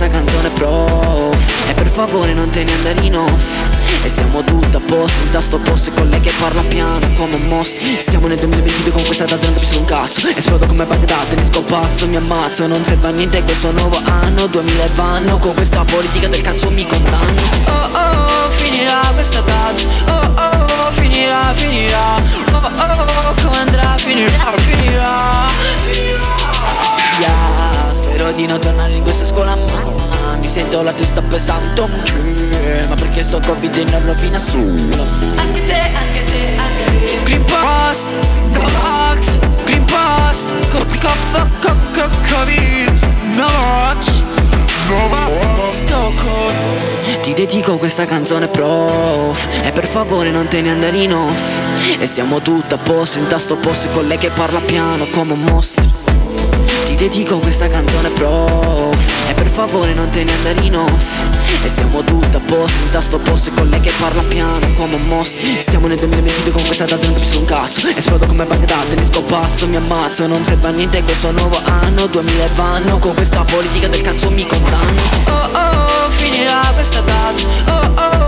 questa canzone prof. E per favore non te ne andare in off. E siamo tutti a posto, in tasto opposto, con lei che parla piano come un mostro. Siamo nel 2022 con questa data non capisco un cazzo. Esplodo come Baghdad, ne scopazzo, mi ammazzo. Non serve a niente questo nuovo anno 2000 vanno, con questa politica del cazzo mi condanno. Oh oh, finirà questa data. Oh oh, finirà, finirà. Oh oh, come andrà, finirà, finirà. Yeah, spero di non tornare in questa scuola, ma mi sento la testa pesante. Ma perché sto Covid e non rovina solo. Anche te, anche te, anche te. Green Pass, no Vax, Green Pass, Covid, no Vax, no Vax, sto con. Ti dedico questa canzone prof. E per favore non te ne andare in off. E siamo tutti a posto, in tasto opposto, con lei che parla piano come un mostro. Ti dedico questa canzone prof. E per favore non te ne andare in off. E siamo tutti a posto, in tasto opposto, con lei che parla piano come un mostro. Siamo nel 2022 con questa data non capisco un cazzo. Esplodo come Baghdad, ne scopazzo, mi ammazzo. Non serve a niente questo nuovo anno 2000 vanno, con questa politica del cazzo mi condanno. Oh oh, finirà questa data. Oh oh,